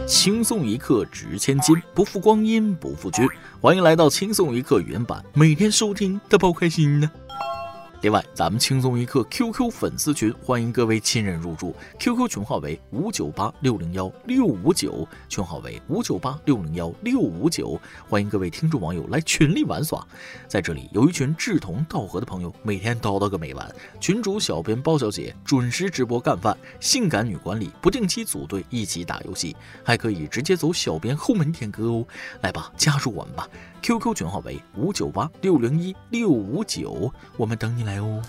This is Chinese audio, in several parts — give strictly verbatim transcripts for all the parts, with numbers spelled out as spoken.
轻松一刻值千金，不负光阴不负君。欢迎来到轻松一刻原版，每天收听的包开心呢。另外，咱们轻松一刻 Q Q 粉丝群，欢迎各位亲人入驻。Q Q 群号为五九八六零幺六五九，群号为五九八六零幺六五九，欢迎各位听众网友来群里玩耍。在这里有一群志同道合的朋友，每天叨叨个没完。群主小编包小姐准时直播干饭，性感女管理不定期组队一起打游戏，还可以直接走小编后门点歌哦。来吧，加入我们吧。Q Q 群号为五九八六零一六五九，我们等你来哦。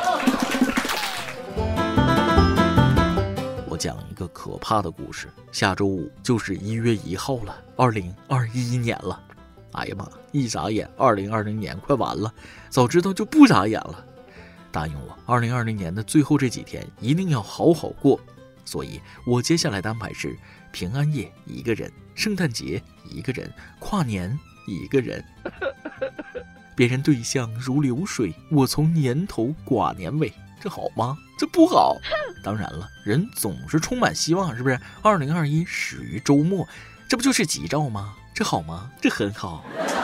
我讲一个可怕的故事，下周五就是一月一号了，二零二一年了。哎呀妈，一眨眼二零二零年快完了，早知道就不眨眼了。答应我，二零二零年的最后这几天一定要好好过。所以我接下来的安排是平安夜一个人，圣诞节一个人，跨年一个人。别人对象如流水，我从年头寡年尾，这好吗？这不好。当然了，人总是充满希望，是不是？二零二一始于周末，这不就是吉兆吗？这好吗？这很好。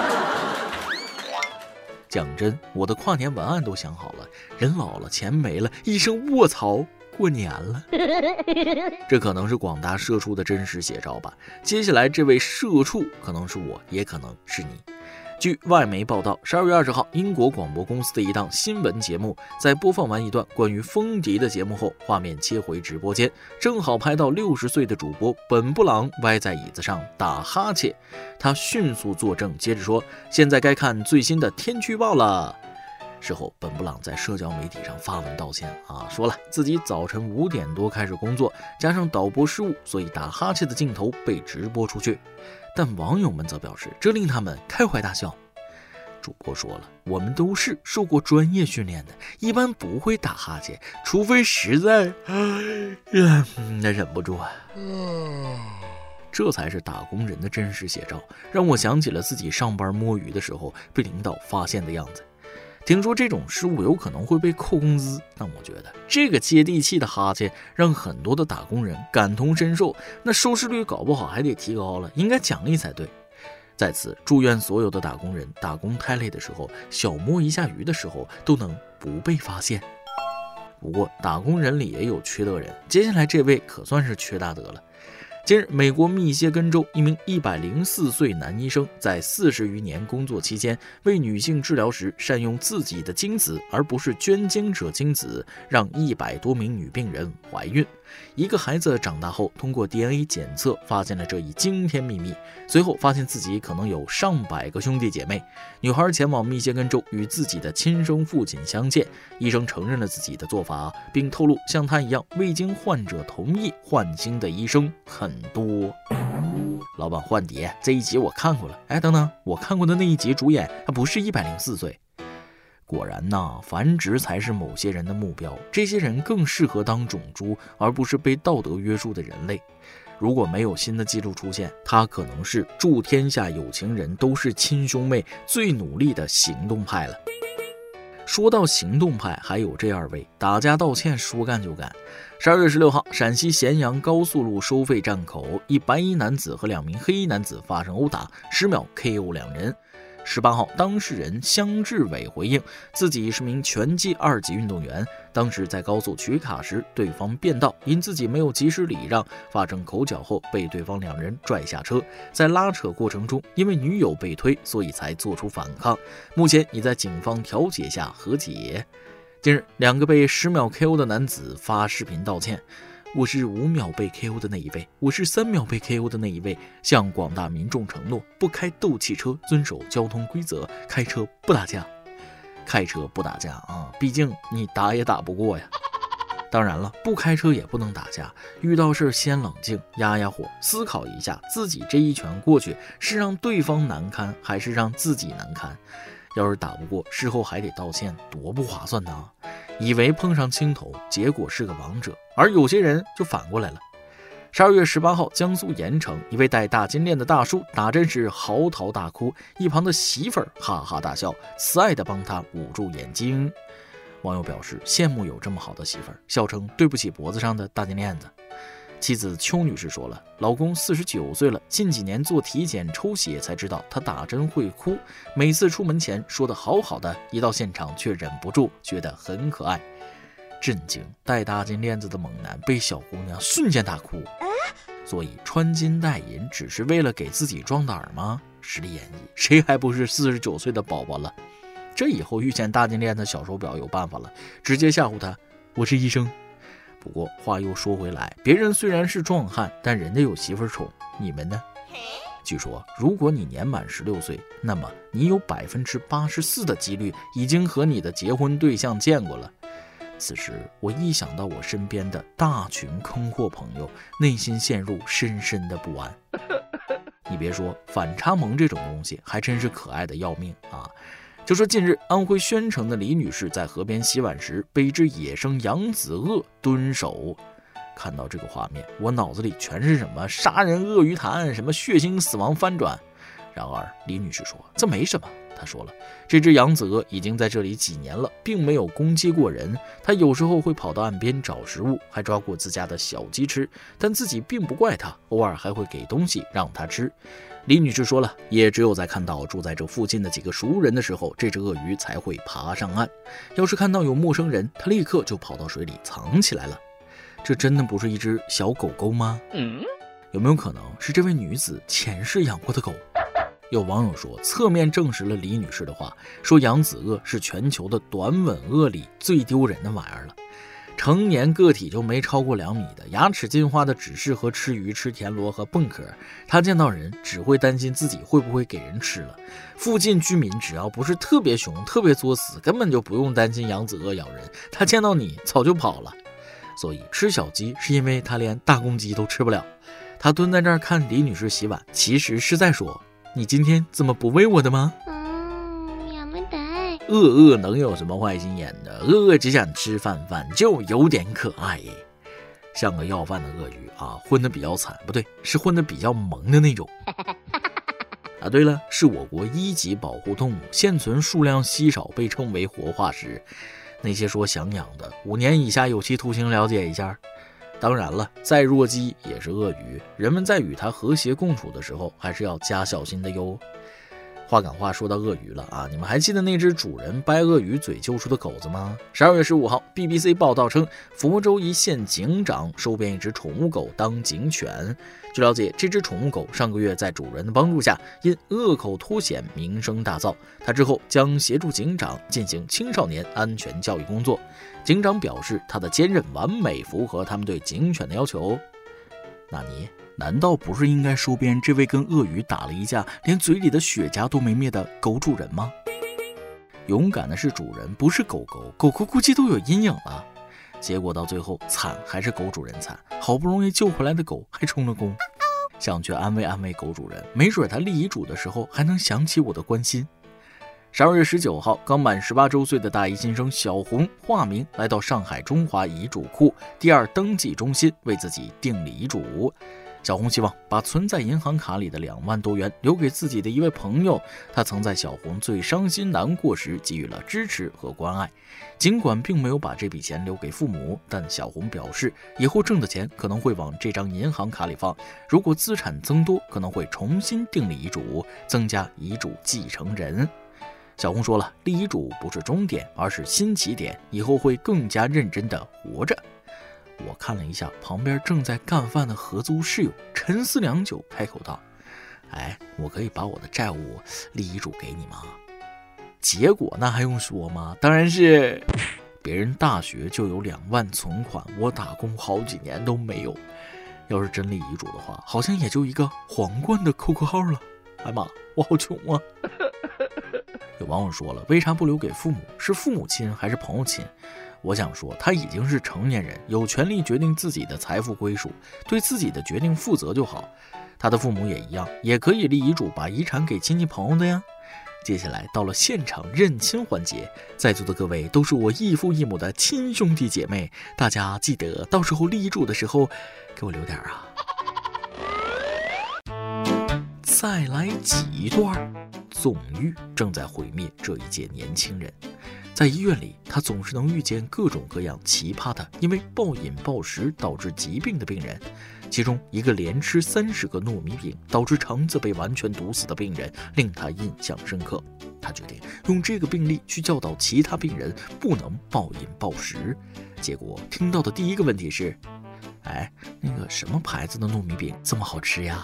讲真，我的跨年文案都想好了，人老了钱没了，一声卧槽，过年了。这可能是广大社畜的真实写照吧。接下来这位社畜可能是我，也可能是你。据外媒报道，十二月二十号，英国广播公司的一档新闻节目在播放完一段关于风笛的节目后，画面切回直播间，正好拍到六十岁的主播本布朗歪在椅子上打哈欠。他迅速作证，接着说：“现在该看最新的天气预报了。”事后，本布朗在社交媒体上发文道歉啊，说了自己早晨五点多开始工作，加上导播失误，所以打哈欠的镜头被直播出去。但网友们则表示，这令他们开怀大笑。主播说了，我们都是受过专业训练的，一般不会打哈欠，除非实在忍那忍不住啊。这才是打工人的真实写照，让我想起了自己上班摸鱼的时候被领导发现的样子。听说这种失误有可能会被扣工资，但我觉得这个接地气的哈欠让很多的打工人感同身受，那收视率搞不好还得提高了，应该奖励才对。在此祝愿所有的打工人打工太累的时候，小摸一下鱼的时候都能不被发现。不过打工人里也有缺德人，接下来这位可算是缺大德了。近日，美国密歇根州一名一百零四岁男医生在四十余年工作期间，为女性治疗时善用自己的精子而不是捐精者精子，让一百多名女病人怀孕。一个孩子长大后，通过 D N A 检测发现了这一惊天秘密，随后发现自己可能有上百个兄弟姐妹。女孩前往密歇根州与自己的亲生父亲相见，医生承认了自己的做法，并透露像他一样未经患者同意换精的医生很多。老板换碟这一集我看过了，哎，等等，我看过的那一集主演他不是一百零四岁。果然呐，繁殖才是某些人的目标，这些人更适合当种猪，而不是被道德约束的人类。如果没有新的记录出现，他可能是祝天下有情人都是亲兄妹最努力的行动派了。说到行动派，还有这二位打架道歉说干就干。十二月十六号，陕西咸阳高速路收费站口，一白衣男子和两名黑衣男子发生殴打，十秒 K O 两人。十八号，当事人香志伟回应自己是名拳击二级运动员，当时在高速取卡时，对方变道，因自己没有及时礼让，发生口角后被对方两人拽下车，在拉扯过程中，因为女友被推，所以才做出反抗，目前已在警方调解下和解。近日，两个被十秒 K O 的男子发视频道歉。我是五秒被 K O 的那一位，我是三秒被 K O 的那一位，向广大民众承诺不开斗气车，遵守交通规则，开车不打架。开车不打架啊，毕竟你打也打不过呀。当然了，不开车也不能打架，遇到事先冷静，压压火，思考一下自己这一拳过去是让对方难堪还是让自己难堪。要是打不过，事后还得道歉，多不划算呐！以为碰上青铜，结果是个王者，而有些人就反过来了。十二月十八号，江苏盐城一位戴大金链的大叔打针时嚎啕大哭，一旁的媳妇儿哈哈大笑，慈爱地帮他捂住眼睛。网友表示羡慕有这么好的媳妇儿，笑称对不起脖子上的大金链子。 妻子邱女士说了，老公四十九岁了，近几年做体检抽血才知道他打针会哭，每次出门前说的好好的，一到现场却忍不住觉得很可爱。震惊，戴大金链子的猛男被小姑娘瞬间大哭。所以穿金戴银只是为了给自己壮胆吗？实力演绎，谁还不是四十九岁的宝宝了？这以后遇见大金链子小手表有办法了，直接吓唬他，我是医生。不过话又说回来，别人虽然是壮汉，但人家有媳妇宠，你们呢？据说如果你年满十六岁，那么你有百分之八十四的几率已经和你的结婚对象见过了。此时我一想到我身边的大群坑货朋友，内心陷入深深的不安。你别说，反差萌这种东西还真是可爱的要命啊！就说近日安徽宣城的李女士在河边洗碗时被一只野生扬子鳄蹲守。看到这个画面，我脑子里全是什么杀人鳄鱼潭，什么血腥死亡翻转。然而李女士说这没什么，她说了，这只扬子鳄已经在这里几年了，并没有攻击过人，它有时候会跑到岸边找食物，还抓过自家的小鸡吃，但自己并不怪它，偶尔还会给东西让它吃。李女士说了，也只有在看到住在这附近的几个熟人的时候，这只鳄鱼才会爬上岸，要是看到有陌生人，它立刻就跑到水里藏起来了。这真的不是一只小狗狗吗？嗯，有没有可能是这位女子前世养过的狗？有网友说，侧面证实了李女士的话，说扬子鳄是全球的短吻鳄里最丢人的玩意儿了。成年个体就没超过两米的，牙齿进化的只适合吃鱼、吃田螺和蚌壳，它见到人只会担心自己会不会给人吃了。附近居民只要不是特别凶、特别作死，根本就不用担心扬子鳄咬人，它见到你早就跑了。所以吃小鸡是因为它连大公鸡都吃不了。它蹲在这儿看李女士洗碗，其实是在说，你今天怎么不喂我的吗？ 嗯，呀么得。 鳄鳄能有什么坏心眼的？鳄鳄只想吃饭饭，就有点可爱耶。像个要饭的鳄鱼啊，混得比较惨，不对，是混得比较萌的那种。啊，对了，是我国一级保护动物，现存数量稀少，被称为活化石。那些说想养的，五年以下有期徒刑，了解一下。当然了，再弱鸡也是鳄鱼，人们在与它和谐共处的时候，还是要加小心的哟。话赶话说到鳄鱼了啊，你们还记得那只主人掰鳄鱼嘴救出的狗子吗？十二月十五号 B B C 报道称，佛州一县警长收编一只宠物狗当警犬。据了解，这只宠物狗上个月在主人的帮助下，因恶口脱险名声大噪。他之后将协助警长进行青少年安全教育工作。警长表示，他的坚韧完美符合他们对警犬的要求。那你难道不是应该收编这位跟鳄鱼打了一架，连嘴里的血痂都没灭的狗主人吗？勇敢的是主人，不是狗狗，狗狗估计都有阴影了。结果到最后，惨还是狗主人惨，好不容易救回来的狗还充了公。想去安慰安慰狗主人，没准他立遗嘱的时候还能想起我的关心。十二月十九号，刚满十八周岁的大一新生小红化名来到上海中华遗嘱库第二登记中心为自己订立遗嘱。小红希望把存在银行卡里的两万多元留给自己的一位朋友，他曾在小红最伤心难过时给予了支持和关爱。尽管并没有把这笔钱留给父母，但小红表示以后挣的钱可能会往这张银行卡里放，如果资产增多，可能会重新订立遗嘱，增加遗嘱继承人。小红说了，立遗嘱不是终点，而是新起点，以后会更加认真地活着。我看了一下旁边正在干饭的合租室友，沉思良久，开口道：哎，我可以把我的债务立遗嘱给你吗？结果那还用说吗？当然是别人大学就有两万存款，我打工好几年都没有。要是真立遗嘱的话，好像也就一个皇冠的 Q Q 号了。哎妈，我好穷啊！有网友说了，为啥不留给父母？是父母亲还是朋友亲？我想说，他已经是成年人，有权利决定自己的财富归属，对自己的决定负责就好。他的父母也一样，也可以立遗嘱把遗产给亲戚朋友的呀。接下来到了现场认亲环节，在座的各位都是我异父异母的亲兄弟姐妹，大家记得到时候立遗嘱的时候给我留点啊。再来几段。纵欲正在毁灭这一届年轻人。 在医院里，他总是能遇见各种各样奇葩的因为暴饮暴食导致疾病的病人，其中一个连吃三十个糯米饼导致肠子被完全堵死的病人令他印象深刻。他决定用这个病例去教导其他病人不能暴饮暴食。结果听到的第一个问题是：哎，那个什么牌子的糯米饼这么好吃呀？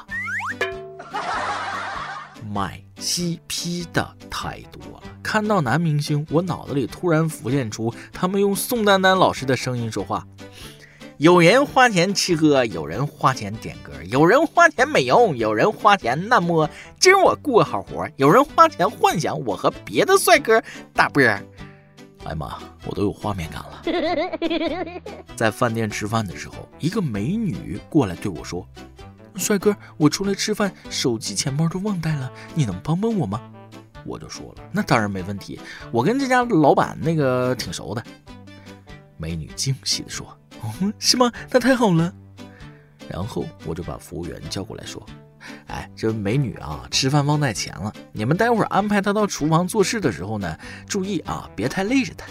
买 C P 的太多了，看到男明星，我脑子里突然浮现出他们用宋丹丹老师的声音说话。有人花钱吃喝，有人花钱点歌，有人花钱美容，有人花钱按摩，今儿我过好活，有人花钱幻想我和别的帅哥打啵。哎妈，我都有画面感了。在饭店吃饭的时候，一个美女过来对我说：帅哥，我出来吃饭，手机钱包都忘带了，你能帮帮我吗？我就说了，那当然没问题，我跟这家老板那个挺熟的。美女惊喜地说：哦，是吗？那太好了。然后我就把服务员叫过来说：哎，这美女啊，吃饭忘带钱了，你们待会儿安排她到厨房做事的时候呢，注意啊，别太累着她。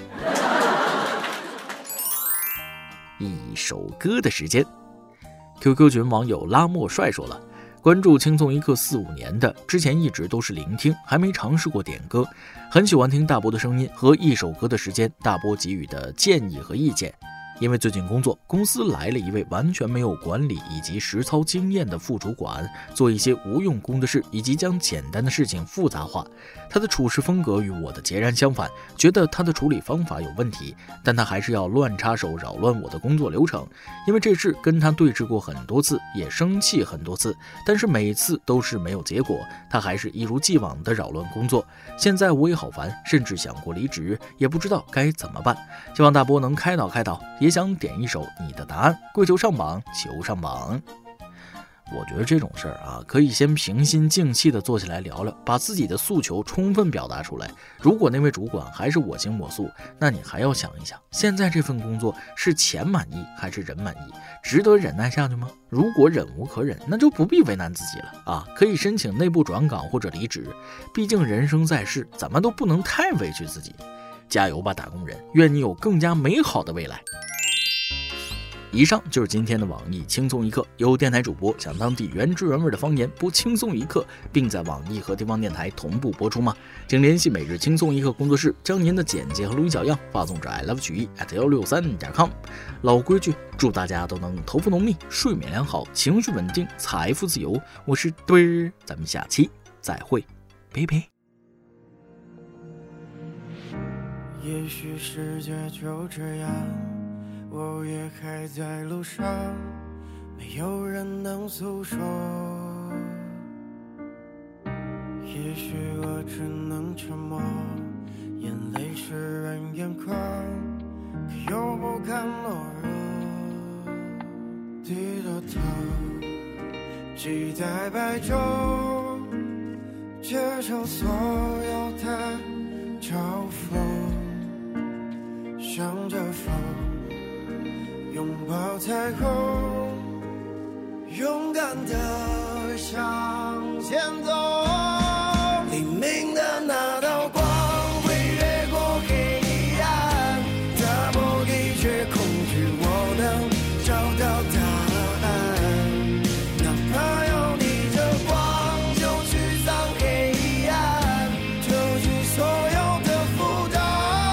一首歌的时间。Q Q 群网友拉莫帅说了，关注轻松一刻四五年的，之前一直都是聆听，还没尝试过点歌，很喜欢听大波的声音和一首歌的时间大波给予的建议和意见。因为最近工作，公司来了一位完全没有管理以及实操经验的副主管，做一些无用功的事，以及将简单的事情复杂化。他的处事风格与我的截然相反，觉得他的处理方法有问题，但他还是要乱插手扰乱我的工作流程。因为这事跟他对峙过很多次，也生气很多次，但是每次都是没有结果，他还是一如既往的扰乱工作。现在我也好烦，甚至想过离职，也不知道该怎么办。希望大波能开导开导，也想点一首你的答案，跪求上榜，求上榜。我觉得这种事儿啊，可以先平心静气的坐下来聊聊，把自己的诉求充分表达出来。如果那位主管还是我行我素，那你还要想一想，现在这份工作是钱满意还是人满意，值得忍耐下去吗？如果忍无可忍，那就不必为难自己了啊，可以申请内部转岗或者离职。毕竟人生在世，咱们都不能太委屈自己。加油吧，打工人！愿你有更加美好的未来。以上就是今天的网易轻松一刻，由电台主播讲当地原汁原味的方言播轻松一刻，并在网易和地方电台同步播出吗？请联系每日轻松一刻工作室，将您的简介和录音小样发送至 i love 曲艺 at 一六三点 com。老规矩，祝大家都能头发浓密，睡眠良好，情绪稳定，财富自由。我是墩儿，咱们下期再会，拜拜。 也许世界就这样，我也还在路上，没有人能诉说。也许我只能沉默，眼泪湿润眼眶，可又不敢懦弱。低着头，期待白昼，接受所有的嘲讽。向着风，拥抱彩虹，勇敢地向前走。黎明的那道光会越过黑暗，打破一切恐惧，我能找到答案。哪怕要逆着光，就去丧黑暗，就去所有的负担。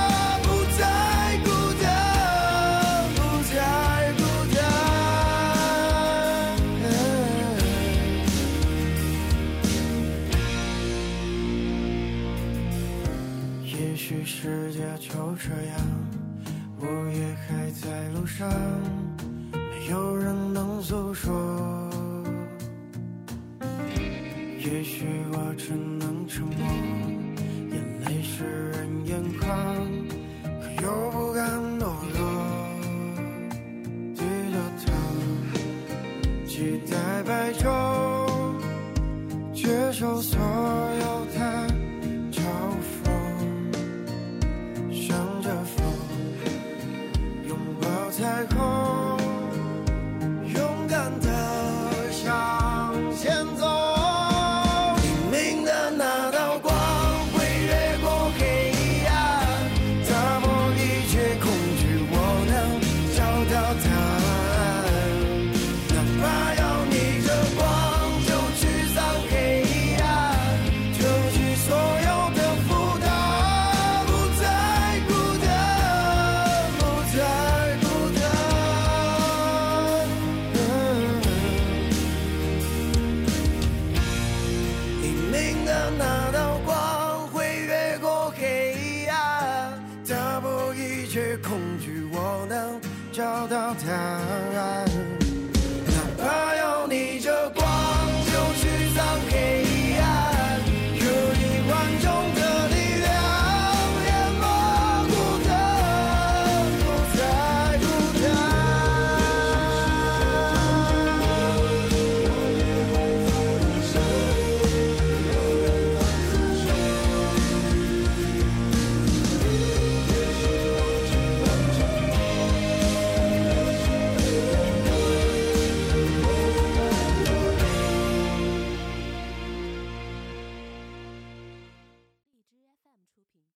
也许世界就这样，我也还在路上，没有人能诉说。也许我只能沉默，眼泪湿润眼眶，可又不敢懦弱。低着头，期待白昼，接受所有的嘲讽。向着风，拥抱彩虹，勇敢地向前走。黎明的那道光会越过黑暗，打他。